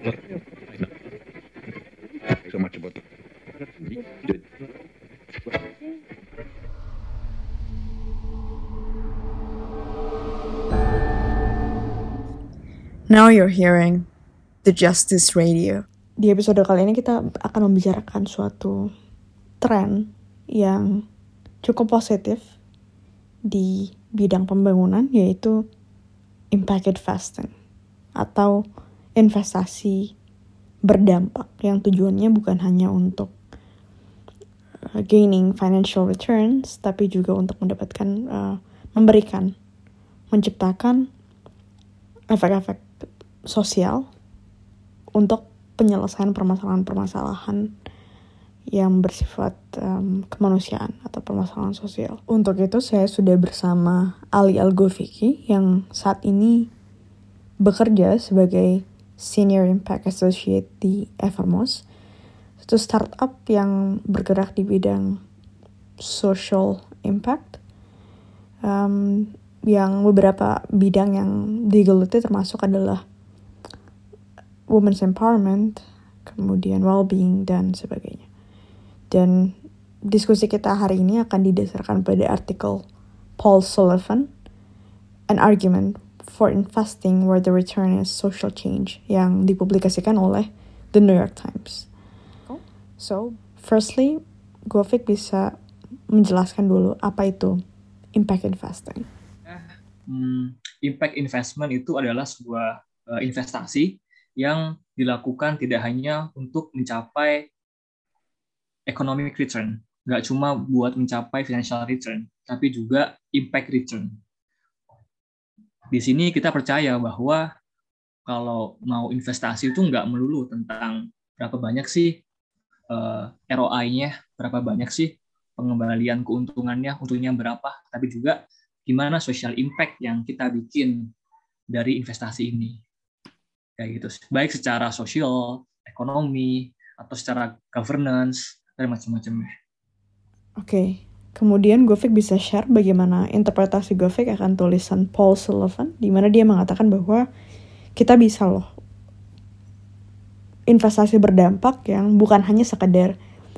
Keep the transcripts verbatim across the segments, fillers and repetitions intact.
so much about the Now you're hearing The Justice Radio. Di episode kali ini kita akan membicarakan suatu tren yang cukup positif di bidang pembangunan, yaitu impact investing atau investasi berdampak yang tujuannya bukan hanya untuk uh, gaining financial returns, tapi juga untuk mendapatkan, uh, memberikan, menciptakan efek-efek sosial untuk penyelesaian permasalahan-permasalahan yang bersifat um, kemanusiaan atau permasalahan sosial. Untuk itu saya sudah bersama Ali Algofiki yang saat ini bekerja sebagai Senior Impact Associate di Evermos, itu startup yang bergerak di bidang social impact, um, yang beberapa bidang yang digeluti termasuk adalah women's empowerment, kemudian well-being, dan sebagainya. Dan diskusi kita hari ini akan didasarkan pada artikel Paul Sullivan, An Argument for Investing Where the Return is Social Change, yang dipublikasikan oleh The New York Times. So, firstly, Govik bisa menjelaskan dulu apa itu impact investing. Hmm, impact investment itu adalah sebuah uh, investasi yang dilakukan tidak hanya untuk mencapai economic return, nggak cuma buat mencapai financial return, tapi juga impact return. Di sini kita percaya bahwa kalau mau investasi itu nggak melulu tentang berapa banyak sih uh, R O I-nya, berapa banyak sih pengembalian keuntungannya, untungnya berapa, tapi juga gimana social impact yang kita bikin dari investasi ini. Kayak gitu. Baik secara sosial, ekonomi, atau secara governance, dan macam-macamnya. Oke, okay. Kemudian Govik bisa share bagaimana interpretasi Govik akan tulisan Paul Sullivan, di mana dia mengatakan bahwa kita bisa loh investasi berdampak yang bukan hanya sekedar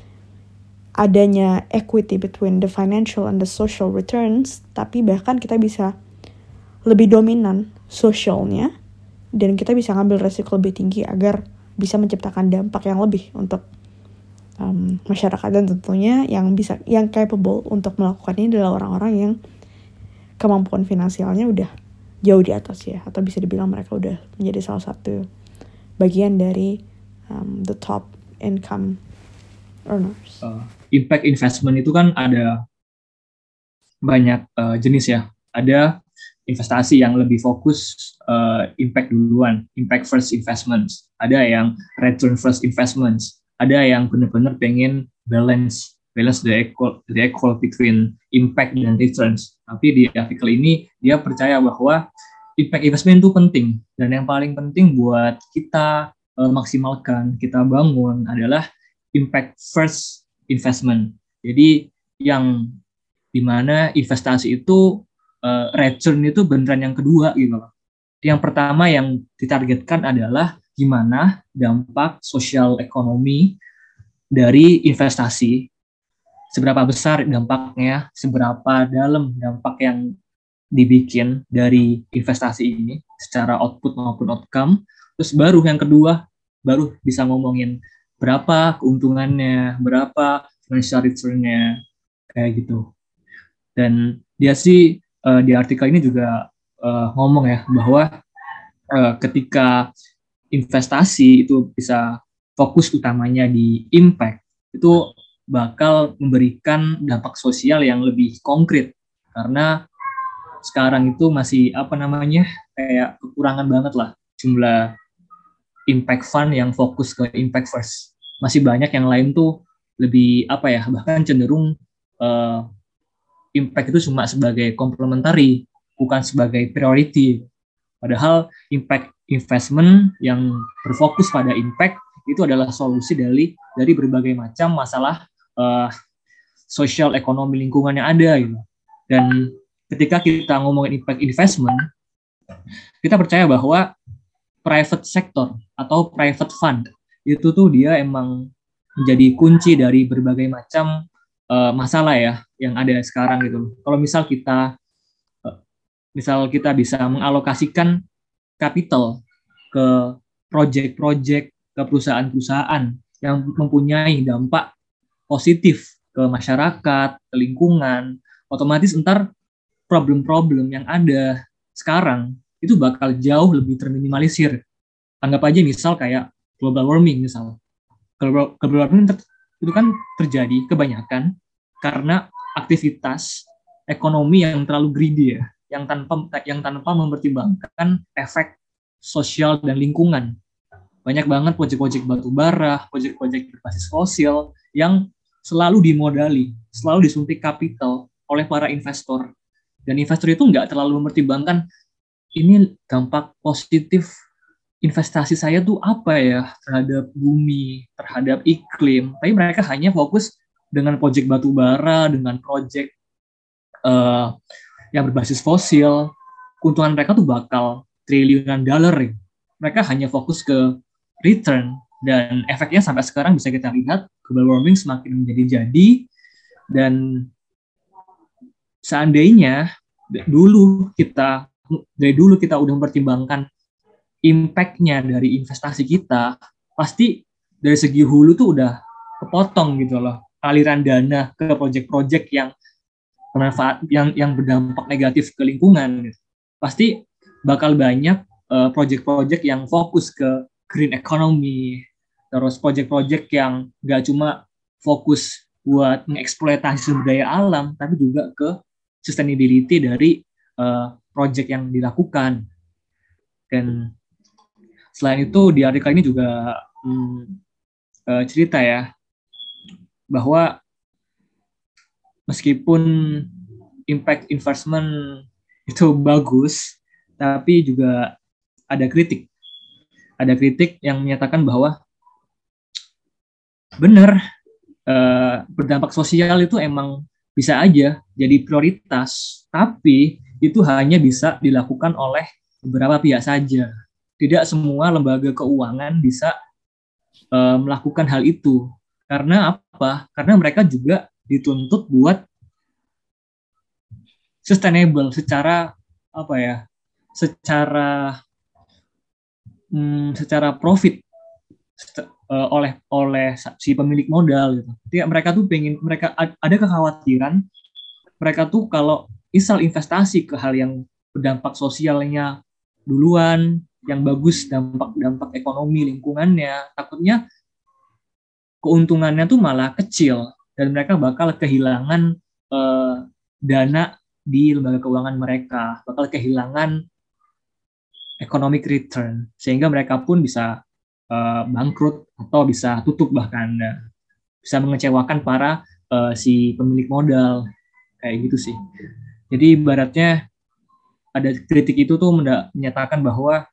adanya equity between the financial and the social returns, tapi bahkan kita bisa lebih dominan socialnya, dan kita bisa ngambil resiko lebih tinggi agar bisa menciptakan dampak yang lebih untuk um, masyarakat, dan tentunya yang bisa, yang capable untuk melakukan ini adalah orang-orang yang kemampuan finansialnya udah jauh di atas ya, atau bisa dibilang mereka udah menjadi salah satu bagian dari um, the top income earners. Uh, impact investment itu kan ada banyak uh, jenis ya. Ada investasi yang lebih fokus uh, impact duluan, impact first investments. Ada yang return first investments. Ada yang benar-benar pengen balance, balance the equal, the equal between impact dan returns. Tapi di artikel ini dia percaya bahwa impact investment itu penting, dan yang paling penting buat kita uh, maksimalkan, kita bangun adalah impact first investment. Jadi yang dimana investasi itu uh, return itu beneran yang kedua gitu loh. Yang pertama yang ditargetkan adalah gimana dampak sosial ekonomi dari investasi, seberapa besar dampaknya, seberapa dalam dampak yang dibikin dari investasi ini secara output maupun outcome. Terus baru yang kedua baru bisa ngomongin berapa keuntungannya, berapa financial return-nya, kayak gitu. Dan dia sih uh, di artikel ini juga uh, ngomong ya bahwa uh, ketika investasi itu bisa fokus utamanya di impact, itu bakal memberikan dampak sosial yang lebih konkret, karena sekarang itu masih apa namanya kayak kekurangan banget lah jumlah impact fund yang fokus ke impact first. Masih banyak yang lain tuh lebih apa ya, bahkan cenderung uh, impact itu cuma sebagai complementary, bukan sebagai priority. Padahal impact investment yang berfokus pada impact itu adalah solusi dari dari berbagai macam masalah uh, sosial, ekonomi, lingkungan yang ada gitu. Dan ketika kita ngomongin impact investment, kita percaya bahwa private sector atau private fund. Itu tuh dia emang menjadi kunci dari berbagai macam uh, masalah ya yang ada sekarang gitu. Kalau misal kita uh, misal kita bisa mengalokasikan capital ke project-project, ke perusahaan-perusahaan yang mempunyai dampak positif ke masyarakat, ke lingkungan, otomatis ntar problem-problem yang ada sekarang itu bakal jauh lebih terminimalisir. Anggap aja misal kayak global warming misal. Global, global warming ter, itu kan terjadi kebanyakan karena aktivitas ekonomi yang terlalu greedy ya, yang tanpa yang tanpa mempertimbangkan efek sosial dan lingkungan. Banyak banget proyek-proyek batu bara, proyek-proyek berbasis fosil yang selalu dimodali, selalu disuntik kapital oleh para investor. Dan investor itu nggak terlalu mempertimbangkan ini dampak positif investasi saya tuh apa ya terhadap bumi, terhadap iklim. Tapi mereka hanya fokus dengan proyek batu bara, dengan proyek uh, yang berbasis fosil. Keuntungan mereka tuh bakal triliunan dolar. Ya. Mereka hanya fokus ke return. Dan efeknya sampai sekarang bisa kita lihat global warming semakin menjadi-jadi. Dan seandainya dulu kita dari dulu kita udah mempertimbangkan impact-nya dari investasi kita, pasti dari segi hulu tuh udah kepotong gitu loh. Aliran dana ke proyek-proyek yang bermanfaat, yang yang berdampak negatif ke lingkungan. Gitu. Pasti bakal banyak uh, proyek-proyek yang fokus ke green economy, terus proyek-proyek yang nggak cuma fokus buat mengeksploitasi sumber daya alam, tapi juga ke sustainability dari uh, proyek yang dilakukan. Dan selain itu di artikel ini juga hmm, uh, cerita ya bahwa meskipun impact investment itu bagus, tapi juga ada kritik. Ada kritik yang menyatakan bahwa benar uh, berdampak sosial itu emang bisa aja jadi prioritas, tapi itu hanya bisa dilakukan oleh beberapa pihak saja. Tidak semua lembaga keuangan bisa uh, melakukan hal itu. Karena apa? Karena mereka juga dituntut buat sustainable secara apa ya? Secara hmm, secara profit uh, oleh oleh si pemilik modal gitu. Jadi mereka tuh pengen mereka ada kekhawatiran mereka tuh kalau misal investasi ke hal yang berdampak sosialnya duluan, yang bagus dampak-dampak ekonomi lingkungannya, takutnya keuntungannya tuh malah kecil dan mereka bakal kehilangan eh, dana di lembaga keuangan mereka, bakal kehilangan economic return sehingga mereka pun bisa eh, bangkrut atau bisa tutup bahkan bisa mengecewakan para eh, si pemilik modal kayak gitu sih. Jadi ibaratnya ada kritik itu tuh menyatakan bahwa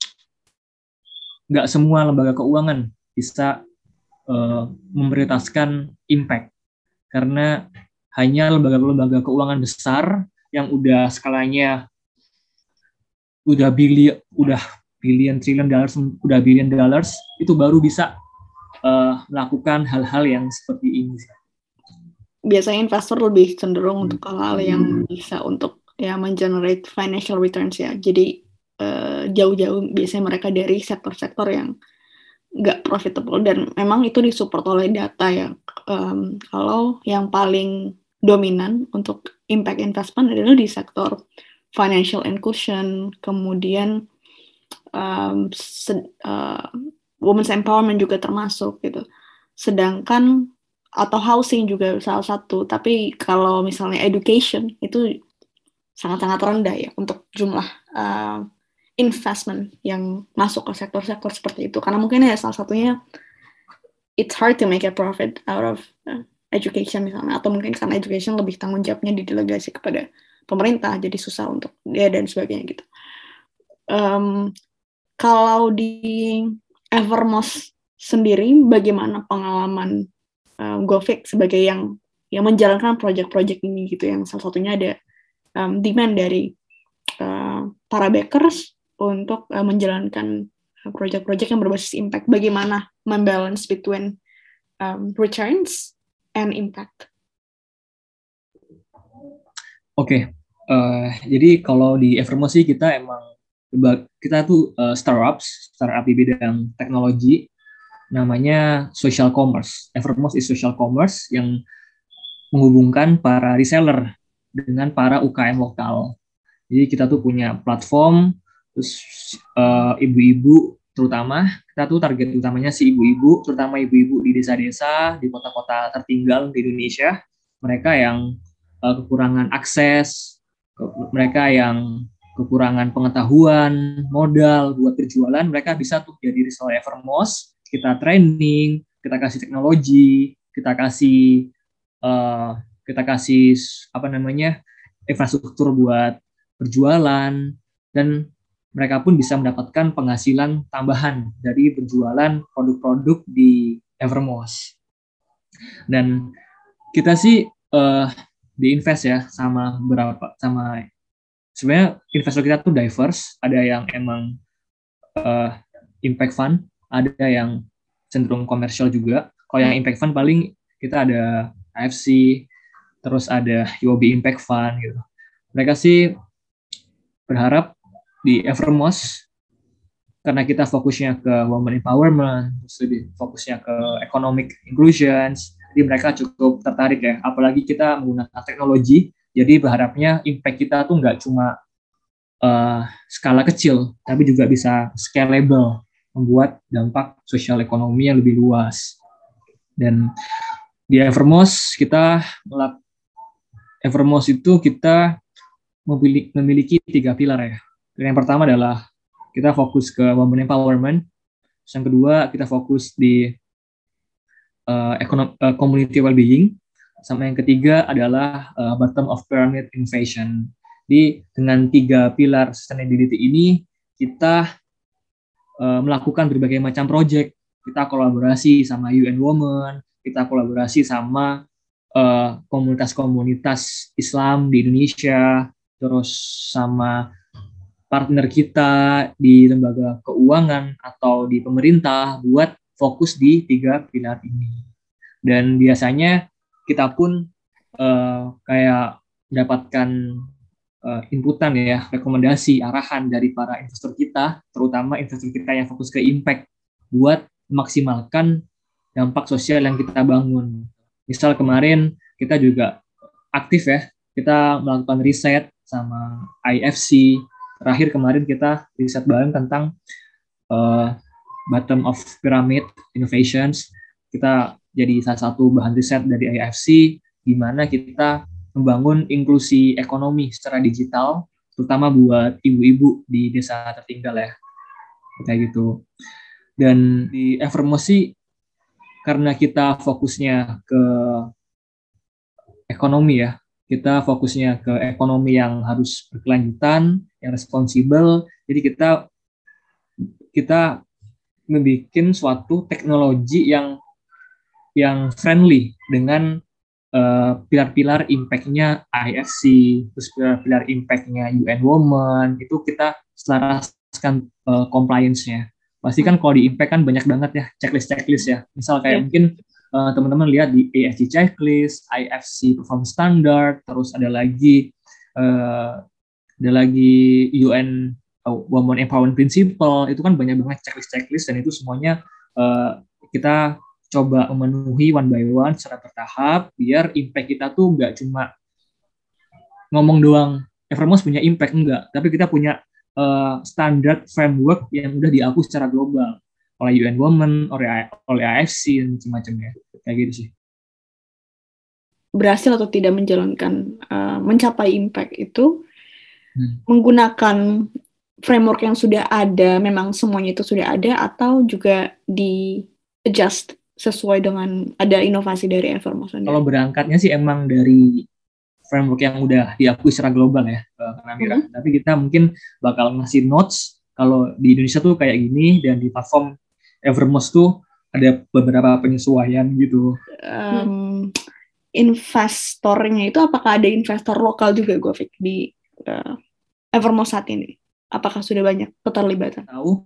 nggak semua lembaga keuangan bisa uh, memprioritaskan impact karena hanya lembaga-lembaga keuangan besar yang udah skalanya udah billion udah billion trillion dollars udah billion dollars itu baru bisa uh, melakukan hal-hal yang seperti ini. Biasanya investor lebih cenderung untuk hal-hal yang bisa untuk ya mengenerate financial returns ya. Jadi uh, jauh-jauh biasanya mereka dari sektor-sektor yang nggak profitable dan memang itu disupport oleh data ya. Um, kalau yang paling dominan untuk impact investment adalah di sektor financial inclusion, kemudian um, se- uh, women's empowerment juga termasuk gitu. Sedangkan atau housing juga salah satu, tapi kalau misalnya education itu sangat-sangat rendah ya untuk jumlah uh, investment yang masuk ke sektor-sektor seperti itu, karena mungkin ya salah satunya it's hard to make a profit out of uh, education misalnya, atau mungkin karena education lebih tanggung jawabnya didelegasi kepada pemerintah, jadi susah untuk dia dan sebagainya gitu. Um, kalau di Evermost sendiri, bagaimana pengalaman Um, Govik sebagai yang yang menjalankan proyek-proyek ini gitu, yang salah satunya ada um, demand dari uh, para backers untuk uh, menjalankan project-project yang berbasis impact. Bagaimana membalance between um, returns and impact? Oke, okay. uh, jadi kalau di Evermos sih kita emang kita tuh uh, startups, startup di bidang teknologi, namanya social commerce. Evermos is social commerce yang menghubungkan para reseller dengan para U K M lokal. Jadi kita tuh punya platform, terus uh, ibu-ibu terutama, kita tuh target utamanya si ibu-ibu, terutama ibu-ibu di desa-desa, di kota-kota tertinggal di Indonesia, mereka yang uh, kekurangan akses, ke- mereka yang kekurangan pengetahuan, modal buat berjualan, mereka bisa tuh jadi reseller Evermos, kita training, kita kasih teknologi, kita kasih uh, kita kasih apa namanya infrastruktur buat berjualan, dan mereka pun bisa mendapatkan penghasilan tambahan dari penjualan produk-produk di Evermos. Dan kita sih uh, diinvest ya sama berapa sama sebenarnya investor kita tuh diverse, ada yang emang uh, impact fund, ada yang cenderung komersial juga. Kalau yang impact fund paling kita ada A F C, terus ada U O B Impact Fund gitu. Mereka sih berharap di Evermos karena kita fokusnya ke women empowerment, terus lebih fokusnya ke economic inclusion, jadi mereka cukup tertarik ya. Apalagi kita menggunakan teknologi, jadi berharapnya impact kita tuh nggak cuma uh, skala kecil, tapi juga bisa scalable, membuat dampak sosial ekonomi yang lebih luas. Dan di Evermos kita Evermos itu kita memiliki, memiliki tiga pilar ya. Yang pertama adalah kita fokus ke women empowerment. Yang kedua kita fokus di uh, ekonomi, uh, community well-being. Sama yang ketiga adalah uh, bottom of pyramid innovation. Di dengan tiga pilar sustainability ini kita uh, melakukan berbagai macam proyek. Kita kolaborasi sama U N Women, kita kolaborasi sama uh, komunitas-komunitas Islam di Indonesia, terus sama partner kita di lembaga keuangan atau di pemerintah buat fokus di tiga pilar ini. Dan biasanya kita pun uh, kayak mendapatkan uh, inputan ya, rekomendasi, arahan dari para investor kita, terutama investor kita yang fokus ke impact, buat memaksimalkan dampak sosial yang kita bangun. Misal kemarin kita juga aktif ya, kita melakukan riset sama I F C. Terakhir kemarin kita riset bareng tentang uh, bottom of pyramid innovations. Kita jadi salah satu bahan riset dari I F C, di mana kita membangun inklusi ekonomi secara digital, terutama buat ibu-ibu di desa tertinggal ya, kayak gitu. Dan di Evermos sih, karena kita fokusnya ke ekonomi ya, kita fokusnya ke ekonomi yang harus berkelanjutan, yang responsibel. Jadi kita kita membuat suatu teknologi yang yang friendly dengan uh, pilar-pilar impact-nya I F C, terus pilar-pilar impact-nya U N Women, itu kita selaraskan uh, compliance-nya. Pasti kan kalau di impact kan banyak banget ya checklist-checklist ya. Misal kayak yeah. mungkin uh, teman-teman lihat di E S G checklist, I F C performance standard, terus ada lagi uh, ada lagi U N uh, Women Empowerment Principle, itu kan banyak banget checklist-checklist, dan itu semuanya uh, kita coba memenuhi one by one secara bertahap biar impact kita tuh nggak cuma ngomong doang Evermos punya impact, enggak, tapi kita punya uh, standar framework yang udah diakui secara global oleh U N Women, oleh oleh A F C dan macam-macamnya, kayak gitu sih. Berhasil atau tidak menjalankan uh, mencapai impact itu hmm. menggunakan framework yang sudah ada, memang semuanya itu sudah ada, atau juga di adjust sesuai dengan ada inovasi dari Evermos sendiri? Kalau berangkatnya sih emang dari framework yang udah diakui secara global ya, Kanamira. Mm-hmm. Tapi kita mungkin bakal ngasih notes kalau di Indonesia tuh kayak gini, dan di platform Evermos tuh ada beberapa penyesuaian gitu. Um, investornya itu apakah ada investor lokal juga, Govik, di uh, Evermos saat ini? Apakah sudah banyak keterlibatan? Tahu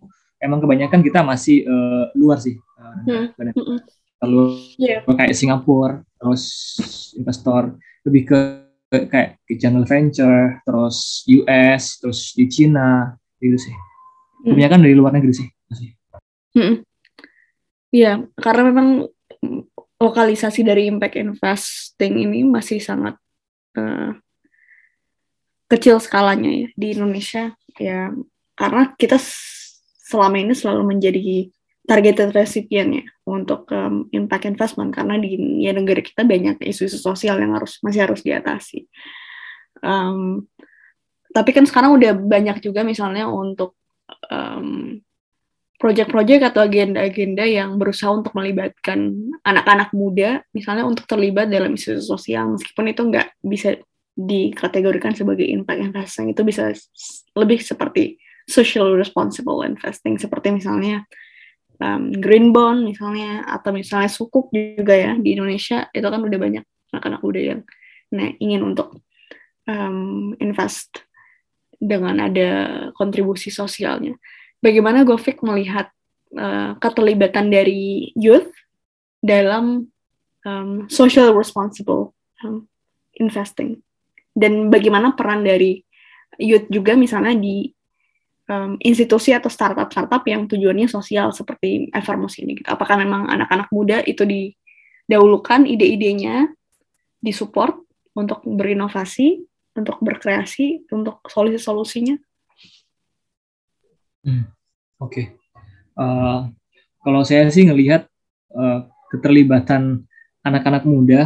emang kebanyakan kita masih uh, luar sih, uh, Hmm. Hmm. lalu Yeah. kayak Singapura, terus investor lebih ke kayak ke Jungle Venture, terus U S, terus di Cina, gitu sih. Kebanyakan dari luar negeri sih. Hmm. Iya, karena memang lokalisasi dari impact investing ini masih sangat uh, kecil skalanya ya di Indonesia ya, karena kita selama ini selalu menjadi targeted recipient ya untuk um, impact investment, karena di ya, negara kita banyak isu-isu sosial yang harus masih harus diatasi. Um, tapi kan sekarang udah banyak juga misalnya untuk um, proyek-proyek atau agenda-agenda yang berusaha untuk melibatkan anak-anak muda, misalnya untuk terlibat dalam isu sosial, meskipun itu nggak bisa dikategorikan sebagai impact investing, itu bisa lebih seperti social responsible investing, seperti misalnya um, green bond misalnya, atau misalnya sukuk juga ya di Indonesia, itu kan udah banyak anak-anak muda yang nah, ingin untuk um, invest dengan ada kontribusi sosialnya. Bagaimana Govik melihat uh, keterlibatan dari youth dalam um, social responsible um, investing? Dan bagaimana peran dari youth juga misalnya di um, institusi atau startup-startup yang tujuannya sosial seperti Evermos ini? Apakah memang anak-anak muda itu didahulukan ide-idenya, disupport untuk berinovasi, untuk berkreasi, untuk solusi-solusinya? Hmm, Oke, okay. uh, kalau saya sih ngelihat uh, keterlibatan anak-anak muda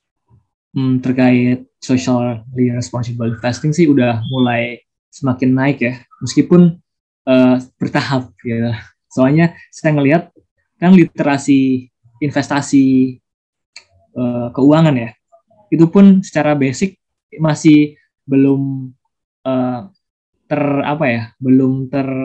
hmm, terkait socially responsible investing sih udah mulai semakin naik ya, meskipun uh, bertahap ya. Soalnya saya ngelihat kan literasi investasi uh, keuangan ya, itu pun secara basic masih belum uh, ter apa ya, belum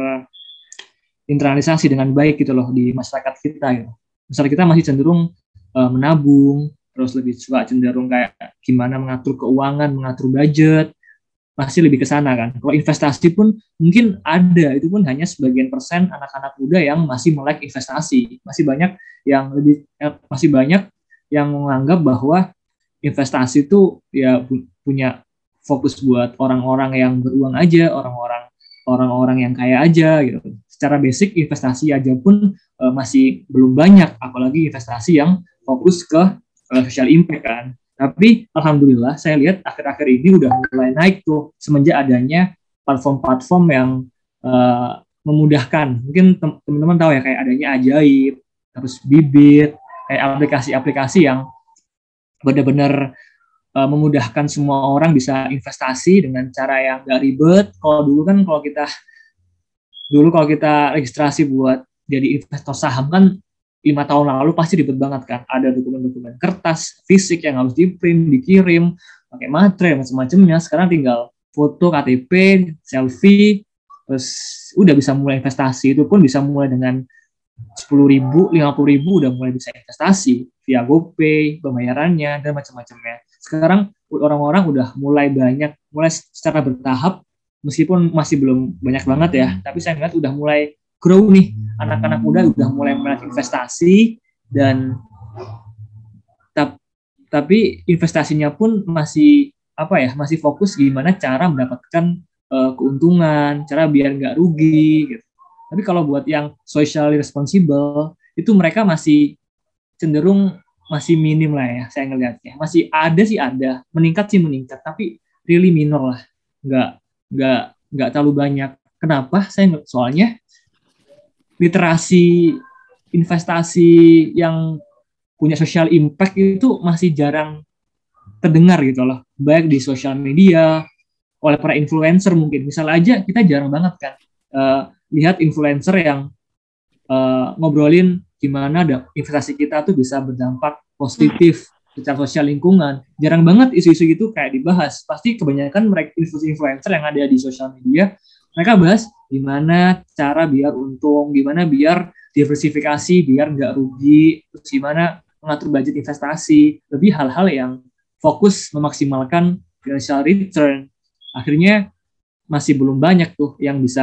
terinternalisasi dengan baik gitu loh di masyarakat kita gitu. Masyarakat kita masih cenderung uh, menabung, terus lebih suka cenderung kayak gimana mengatur keuangan, mengatur budget, masih lebih ke sana kan. Kalau investasi pun mungkin ada, itu pun hanya sebagian persen anak-anak muda yang masih melek investasi. Masih banyak yang lebih eh, masih banyak yang menganggap bahwa investasi itu ya punya fokus buat orang-orang yang beruang aja, orang-orang orang-orang yang kaya aja gitu. Secara basic investasi aja pun uh, masih belum banyak, apalagi investasi yang fokus ke uh, social impact kan. Tapi alhamdulillah saya lihat akhir-akhir ini udah mulai naik tuh semenjak adanya platform-platform yang uh, memudahkan. Mungkin teman-teman tahu ya kayak adanya Ajaib, terus Bibit, kayak aplikasi-aplikasi yang benar-benar uh, memudahkan semua orang bisa investasi dengan cara yang nggak ribet. Kalau dulu kan kalau kita dulu kalau kita registrasi buat jadi investor saham kan lima tahun lalu pasti ribet banget kan. Ada dokumen-dokumen kertas, fisik yang harus di-print, dikirim, pakai materai, macam-macamnya. Sekarang tinggal foto, K T P, selfie, terus udah bisa mulai investasi. Itu pun bisa mulai dengan sepuluh ribu, lima puluh ribu udah mulai bisa investasi via GoPay, pembayarannya, dan macam-macamnya. Sekarang orang-orang udah mulai banyak, mulai secara bertahap, meskipun masih belum banyak banget ya, tapi saya lihat udah mulai grow nih, anak-anak muda udah mulai melek investasi, dan tap, tapi investasinya pun masih apa ya, masih fokus gimana cara mendapatkan uh, keuntungan, cara biar nggak rugi gitu. Tapi kalau buat yang socially responsible itu mereka masih cenderung masih minim lah ya, saya ngelihatnya. Masih ada sih ada, meningkat sih meningkat, tapi really minor lah, nggak nggak nggak terlalu banyak. Kenapa? Saya soalnya literasi investasi yang punya social impact itu masih jarang terdengar gitu loh, baik di sosial media oleh para influencer mungkin. Misal aja kita jarang banget kan uh, lihat influencer yang uh, ngobrolin gimana investasi kita tuh bisa berdampak positif secara sosial lingkungan. Jarang banget isu-isu gitu kayak dibahas. Pasti kebanyakan mereka influencer yang ada di sosial media, mereka bahas gimana cara biar untung, gimana biar diversifikasi, biar nggak rugi, terus gimana mengatur budget investasi, lebih hal-hal yang fokus memaksimalkan financial return. Akhirnya masih belum banyak tuh yang bisa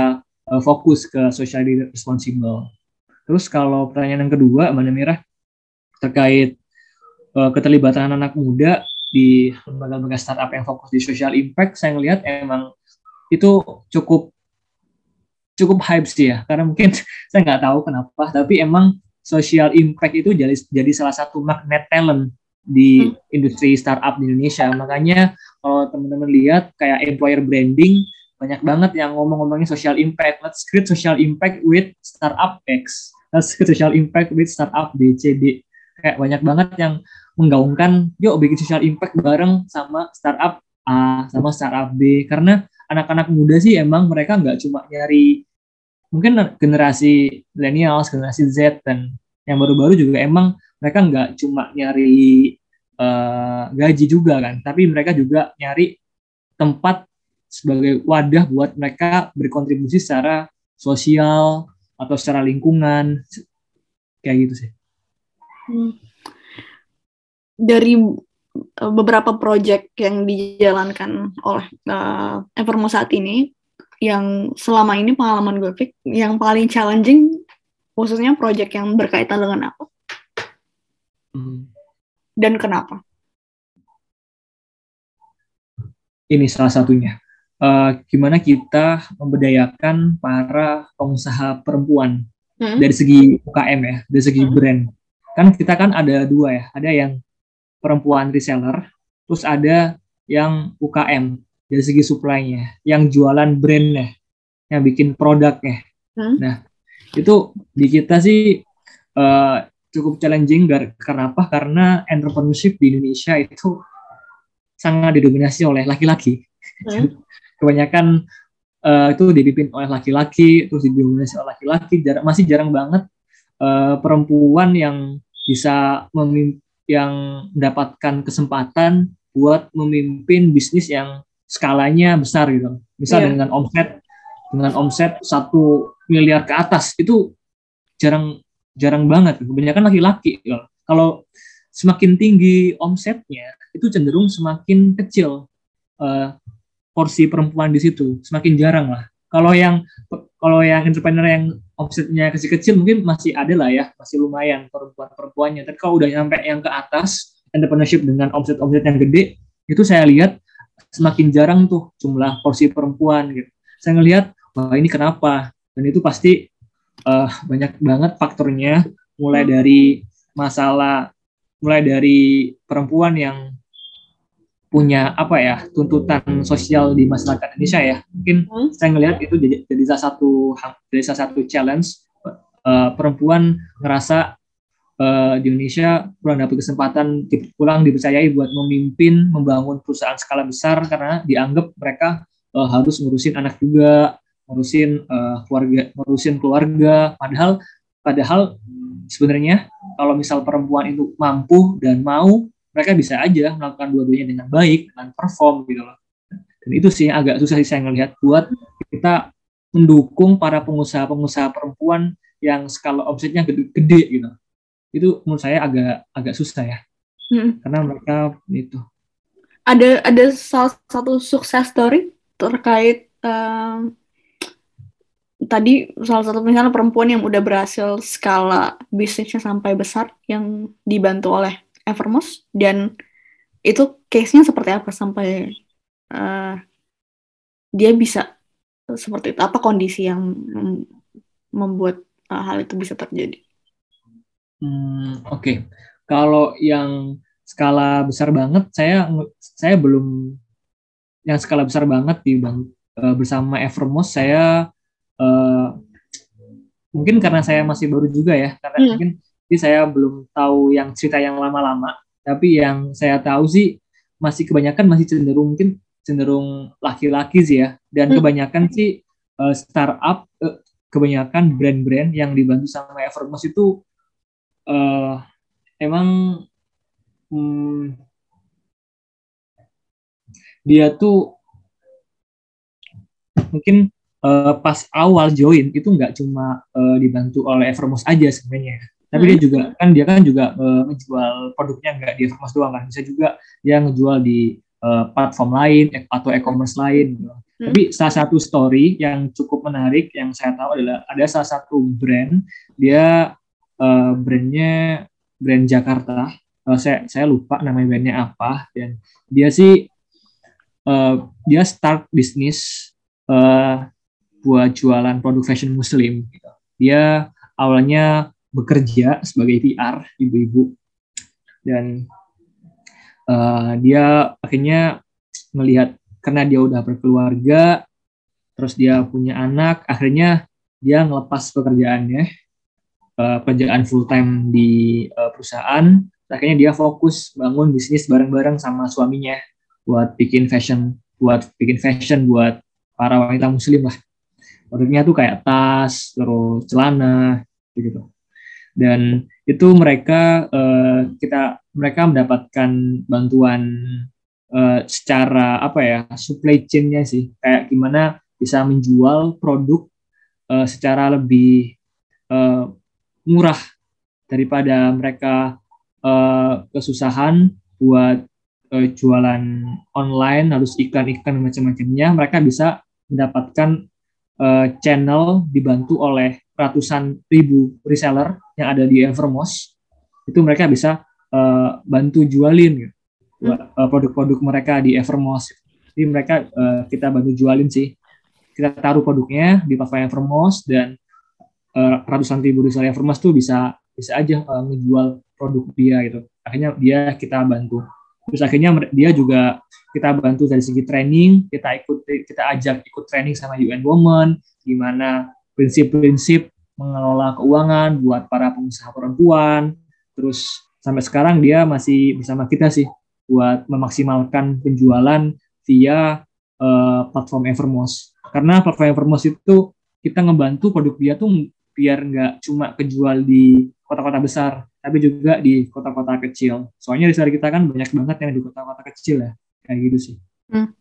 uh, fokus ke socially responsible. Terus kalau pertanyaan yang kedua, Mbak Namira, terkait uh, keterlibatan anak muda di lembaga-lembaga startup yang fokus di social impact, saya ngelihat emang itu cukup cukup hype sih ya, karena mungkin saya nggak tahu kenapa, tapi emang social impact itu jadi jadi salah satu magnet talent di hmm. industri startup di Indonesia. Makanya kalau teman-teman lihat kayak employer branding, banyak banget yang ngomong-ngomongin social impact. Let's create social impact with startup X. Let's create social impact with startup B, C, D. Kayak banyak banget yang menggaungkan, yuk bikin social impact bareng sama startup A, sama startup B. Karena anak-anak muda sih emang mereka nggak cuma nyari, mungkin generasi millennials, generasi Z, dan yang baru-baru juga emang mereka nggak cuma nyari uh, gaji juga kan, tapi mereka juga nyari tempat sebagai wadah buat mereka berkontribusi secara sosial atau secara lingkungan, kayak gitu sih. Hmm. Dari beberapa proyek yang dijalankan oleh uh, Evermos saat ini, yang selama ini pengalaman gue, Fik, yang paling challenging khususnya proyek yang berkaitan dengan apa? Hmm. Dan kenapa? Ini salah satunya. Uh, gimana kita memberdayakan para pengusaha perempuan hmm? dari segi U K M ya, dari segi hmm? brand. Kan kita kan ada dua ya, ada yang perempuan reseller, terus ada yang U K M dari segi supply-nya, yang jualan brand-nya, yang bikin produknya. Hmm? Nah, itu di kita sih uh, cukup challenging. Karena apa? Karena entrepreneurship di Indonesia itu sangat didominasi oleh laki-laki. Hmm? Kebanyakan uh, itu dipimpin oleh laki-laki, terus didominasi oleh laki-laki. Jar- masih jarang banget uh, perempuan yang bisa memimpin, yang mendapatkan kesempatan buat memimpin bisnis yang skalanya besar gitu. Misal yeah. dengan omset dengan omset satu miliar ke atas, itu jarang jarang banget. Kebanyakan laki-laki. Gitu. Kalau semakin tinggi omsetnya, itu cenderung semakin kecil uh, porsi perempuan di situ. Semakin jarang lah. Kalau yang kalau yang entrepreneur yang omsetnya kecil-kecil mungkin masih ada lah ya, masih lumayan perempuan-perempuannya. Tapi kalau udah nyampe yang ke atas, entrepreneurship dengan omset-omset yang gede, itu saya lihat semakin jarang tuh jumlah porsi perempuan gitu. Saya ngelihat, wah ini kenapa? Dan itu pasti uh, banyak banget faktornya, mulai dari masalah, mulai dari perempuan yang punya apa ya, tuntutan sosial di masyarakat Indonesia ya. Mungkin hmm. saya ngelihat itu jadi, jadi salah satu dari salah satu challenge uh, perempuan ngerasa uh, di Indonesia kurang dapat kesempatan, kurang dipercayai buat memimpin, membangun perusahaan skala besar karena dianggap mereka uh, harus ngurusin anak juga, ngurusin uh, keluarga, ngurusin keluarga. Padahal padahal sebenarnya kalau misal perempuan itu mampu dan mau, mereka bisa aja melakukan dua-duanya dengan baik, dengan perform gitu loh. Dan itu sih agak susah sih saya ngelihat buat kita mendukung para pengusaha-pengusaha perempuan yang skala omsetnya gede-gede gitu. Itu menurut saya agak agak susah ya. Hmm. Karena mereka itu. Ada ada salah satu success story terkait um, tadi salah satu misalnya perempuan yang udah berhasil skala bisnisnya sampai besar yang dibantu oleh Evermos, dan itu case-nya seperti apa sampai uh, dia bisa seperti itu? Apa kondisi yang mem- membuat uh, hal itu bisa terjadi? Hmm, Oke, okay. Kalau yang skala besar banget, saya saya belum yang skala besar banget di uh, bersama Evermos. Saya uh, mungkin karena saya masih baru juga ya, karena hmm. mungkin jadi saya belum tahu yang cerita yang lama-lama, tapi yang saya tahu sih masih kebanyakan masih cenderung mungkin cenderung laki-laki sih ya, dan hmm. kebanyakan sih uh, startup, uh, kebanyakan brand-brand yang dibantu sama Evermos itu uh, emang hmm, dia tuh mungkin uh, pas awal join itu nggak cuma uh, dibantu oleh Evermos aja sebenarnya. Tapi hmm. dia juga kan dia kan juga uh, ngejual produknya nggak di Evermos doang kan, bisa juga dia ngejual di uh, platform lain atau e-commerce lain gitu. Hmm. Tapi salah satu story yang cukup menarik yang saya tahu adalah ada salah satu brand, dia uh, brandnya brand Jakarta. Uh, saya saya lupa nama brandnya apa, dan dia sih uh, dia start bisnis uh, buat jualan produk fashion muslim. Gitu. Dia awalnya bekerja sebagai P R ibu-ibu, dan uh, dia akhirnya melihat karena dia udah berkeluarga, terus dia punya anak, akhirnya dia ngelepas pekerjaannya, uh, pekerjaan full time di uh, perusahaan. Akhirnya dia fokus bangun bisnis bareng-bareng sama suaminya buat bikin fashion, buat bikin fashion buat para wanita muslim lah. Produknya tuh kayak tas, terus celana, gitu. Dan itu mereka uh, kita mereka mendapatkan bantuan uh, secara apa ya, supply chain-nya sih, kayak gimana bisa menjual produk uh, secara lebih uh, murah daripada mereka uh, kesusahan buat uh, jualan online, harus iklan-iklan macam-macamnya. Mereka bisa mendapatkan uh, channel dibantu oleh ratusan ribu reseller yang ada di Evermost. Itu mereka bisa uh, bantu jualin gitu, uh, produk-produk mereka di Evermost. Jadi mereka uh, kita bantu jualin sih. Kita taruh produknya di platform Evermost, dan uh, ratusan ribu reseller Evermost tuh bisa bisa aja uh, ngejual produk dia gitu. Akhirnya dia kita bantu. Terus akhirnya dia juga kita bantu dari segi training, kita ikut kita ajak ikut training sama U N Women, gimana prinsip-prinsip mengelola keuangan buat para pengusaha perempuan. Terus sampai sekarang dia masih bersama kita sih buat memaksimalkan penjualan via uh, platform Evermost. Karena platform Evermost itu kita ngebantu produk dia tuh biar nggak cuma kejual di kota-kota besar, tapi juga di kota-kota kecil. Soalnya reseller kita kan banyak banget yang di kota-kota kecil ya, kayak gitu sih. Hmm.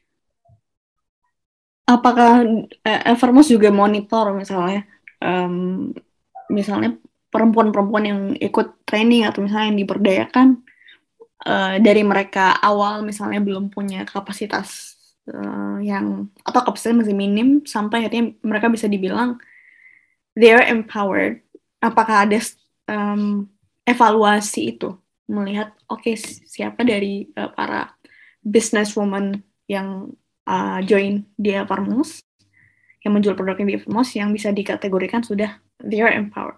Apakah Evermost juga monitor misalnya, um, misalnya perempuan-perempuan yang ikut training atau misalnya yang diberdayakan uh, dari mereka awal misalnya belum punya kapasitas uh, yang atau kapasitasnya masih minim sampai akhirnya mereka bisa dibilang they are empowered. Apakah ada um, evaluasi itu melihat oke okay, siapa dari uh, para businesswoman yang uh, join di Evermost, yang menjual produknya di Evermost, yang bisa dikategorikan sudah they are empowered.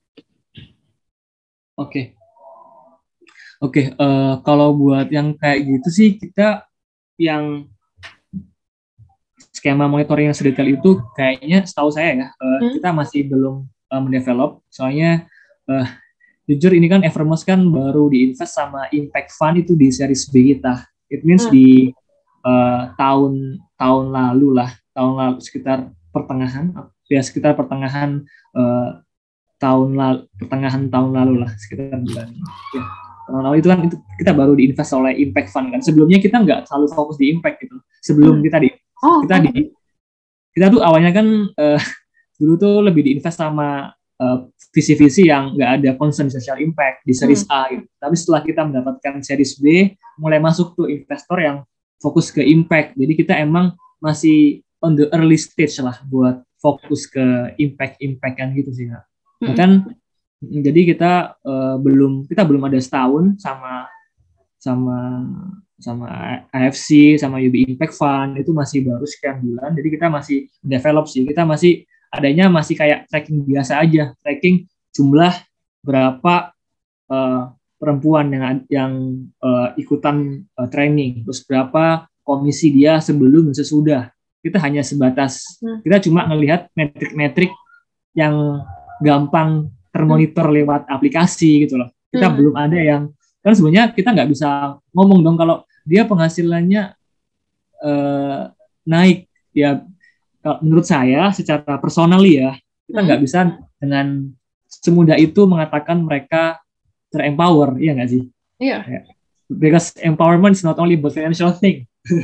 Oke, okay. oke. Okay, uh, kalau buat yang kayak gitu sih kita yang skema monitoring yang sedetail itu kayaknya setahu saya ya uh, hmm? kita masih belum uh, mendevelop. Soalnya uh, jujur ini kan Evermost kan baru diinvest sama Impact Fund itu di series B kita. It means hmm. di uh, tahun tahun lalu lah, tahun lalu sekitar pertengahan, ya sekitar pertengahan uh, tahun lalu, pertengahan tahun lalu lah, sekitar bulan. Ya, tahun lalu itu kan itu kita baru diinvest oleh Impact Fund kan. Sebelumnya kita nggak selalu fokus di impact gitu. Sebelum hmm. kita di oh, kita okay. di kita tuh awalnya kan uh, dulu tuh lebih diinvest sama uh, visi-visi yang nggak ada concern social impact di series hmm. A gitu. Tapi setelah kita mendapatkan series B, mulai masuk tuh investor yang fokus ke impact. Jadi kita emang masih on the early stage lah buat fokus ke impact-impactan gitu sih Kak. Hmm. Bahkan jadi kita uh, belum kita belum ada setahun sama sama sama A F C sama U B Impact Fund, itu masih baru sekian bulan. Jadi kita masih develop sih. Kita masih adanya masih kayak tracking biasa aja, tracking jumlah berapa uh, perempuan yang yang uh, ikutan uh, training, terus berapa komisi dia sebelum dan sesudah. Kita hanya sebatas hmm. kita cuma ngelihat metrik-metrik yang gampang termonitor hmm. lewat aplikasi gitu loh. Kita hmm. belum ada yang kan sebenarnya kita nggak bisa ngomong dong kalau dia penghasilannya uh, naik ya. Menurut saya secara personal ya kita nggak bisa dengan semudah itu mengatakan mereka terempower, iya nggak sih? Iya. Yeah. Because empowerment is not only about financial thing.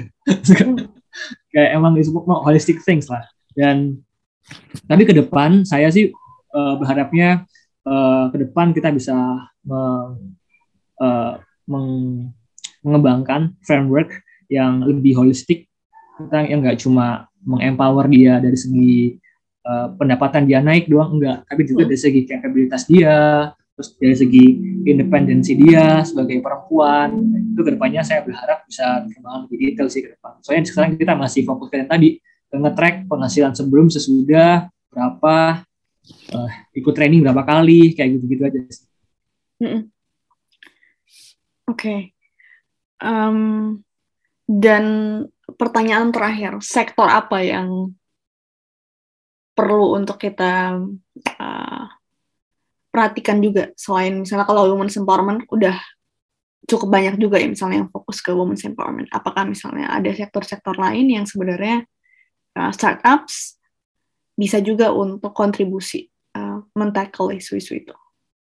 Kayak emang itu holistic things lah. Dan tapi ke depan saya sih uh, berharapnya uh, ke depan kita bisa meng, uh, meng, mengembangkan framework yang lebih holistik kita yang nggak cuma mengempower dia dari segi uh, pendapatan dia naik doang, enggak, tapi juga dari segi kapabilitas dia, terus dari segi independensi dia sebagai perempuan. Itu kedepannya saya berharap bisa dikembangkan lebih detail sih ke depan. Soalnya sekarang kita masih fokus ke yang tadi, nge-track penghasilan sebelum, sesudah, berapa, uh, ikut training berapa kali, kayak gitu-gitu aja sih. Mm-mm. Oke. Okay. Um, dan pertanyaan terakhir, sektor apa yang perlu untuk kita uh, perhatikan juga selain misalnya kalau women's empowerment udah cukup banyak juga ya misalnya yang fokus ke women's empowerment. Apakah misalnya ada sektor-sektor lain yang sebenarnya uh, startups bisa juga untuk kontribusi uh, men-tackle isu-isu itu?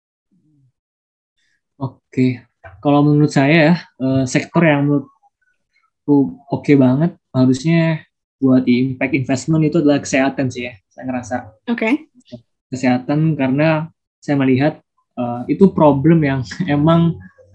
Oke, kalau menurut saya ya uh, sektor yang menurutku oke okay banget harusnya buat impact investment itu adalah kesehatan sih ya, saya ngerasa. Oke. Okay. Kesehatan karena saya melihat uh, itu problem yang emang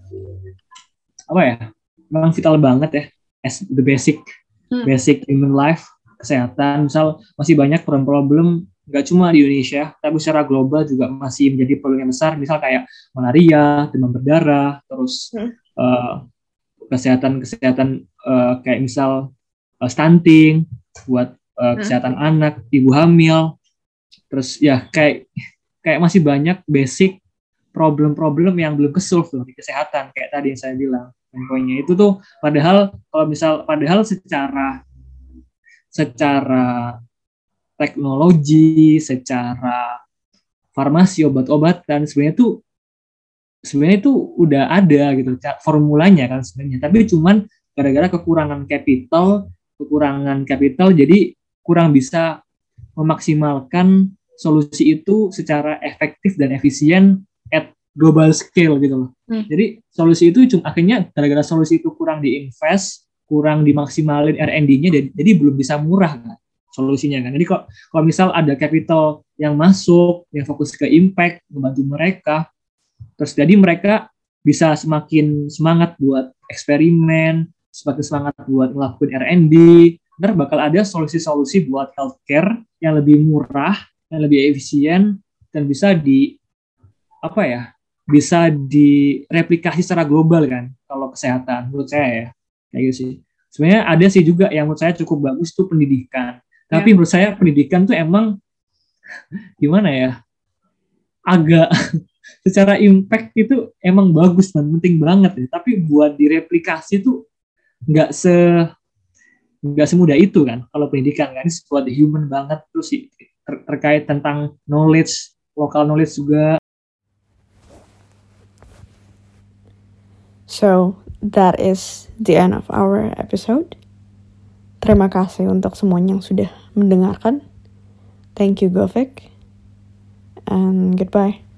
apa ya, memang vital banget ya, as the basic hmm. basic human life. Kesehatan, misal masih banyak problem-problem nggak cuma di Indonesia, tapi secara global juga masih menjadi problem yang besar, misal kayak malaria, demam berdarah, terus hmm. uh, kesehatan-kesehatan uh, kayak misal uh, stunting buat uh, hmm. kesehatan anak, ibu hamil, terus ya kayak kayak masih banyak basic problem-problem yang belum ke-solve loh di kesehatan, kayak tadi yang saya bilang. Poinnya itu tuh padahal kalau misal padahal secara secara teknologi, secara farmasi, obat-obatan sebenarnya tuh sebenarnya itu udah ada gitu formulanya kan sebenarnya, tapi cuman gara-gara kekurangan capital, kekurangan capital jadi kurang bisa memaksimalkan solusi itu secara efektif dan efisien at global scale gitu loh. Hmm. Jadi solusi itu cuma akhirnya gara-gara solusi itu kurang diinvest, kurang dimaksimalin R and D-nya, jadi, jadi belum bisa murah kan solusinya kan. Jadi kok kalau misal ada capital yang masuk, yang fokus ke impact, membantu mereka, terus jadi mereka bisa semakin semangat buat eksperimen, semakin semangat buat ngelakuin R and D, ntar bakal ada solusi-solusi buat healthcare yang lebih murah, yang lebih efisien, dan bisa di apa ya, bisa direplikasi secara global kan kalau kesehatan menurut saya ya kayak gitu sih. Sebenarnya ada sih juga yang menurut saya cukup bagus tuh pendidikan, tapi yeah. menurut saya pendidikan tuh emang gimana ya, agak secara impact itu emang bagus dan penting banget ya, tapi buat direplikasi tuh nggak se nggak semudah itu kan kalau pendidikan kan, ini buat human banget terus sih ter- terkait tentang knowledge, local knowledge juga. So, that is the end of our episode. Terima kasih untuk semuanya yang sudah mendengarkan. Thank you, Govik. And goodbye.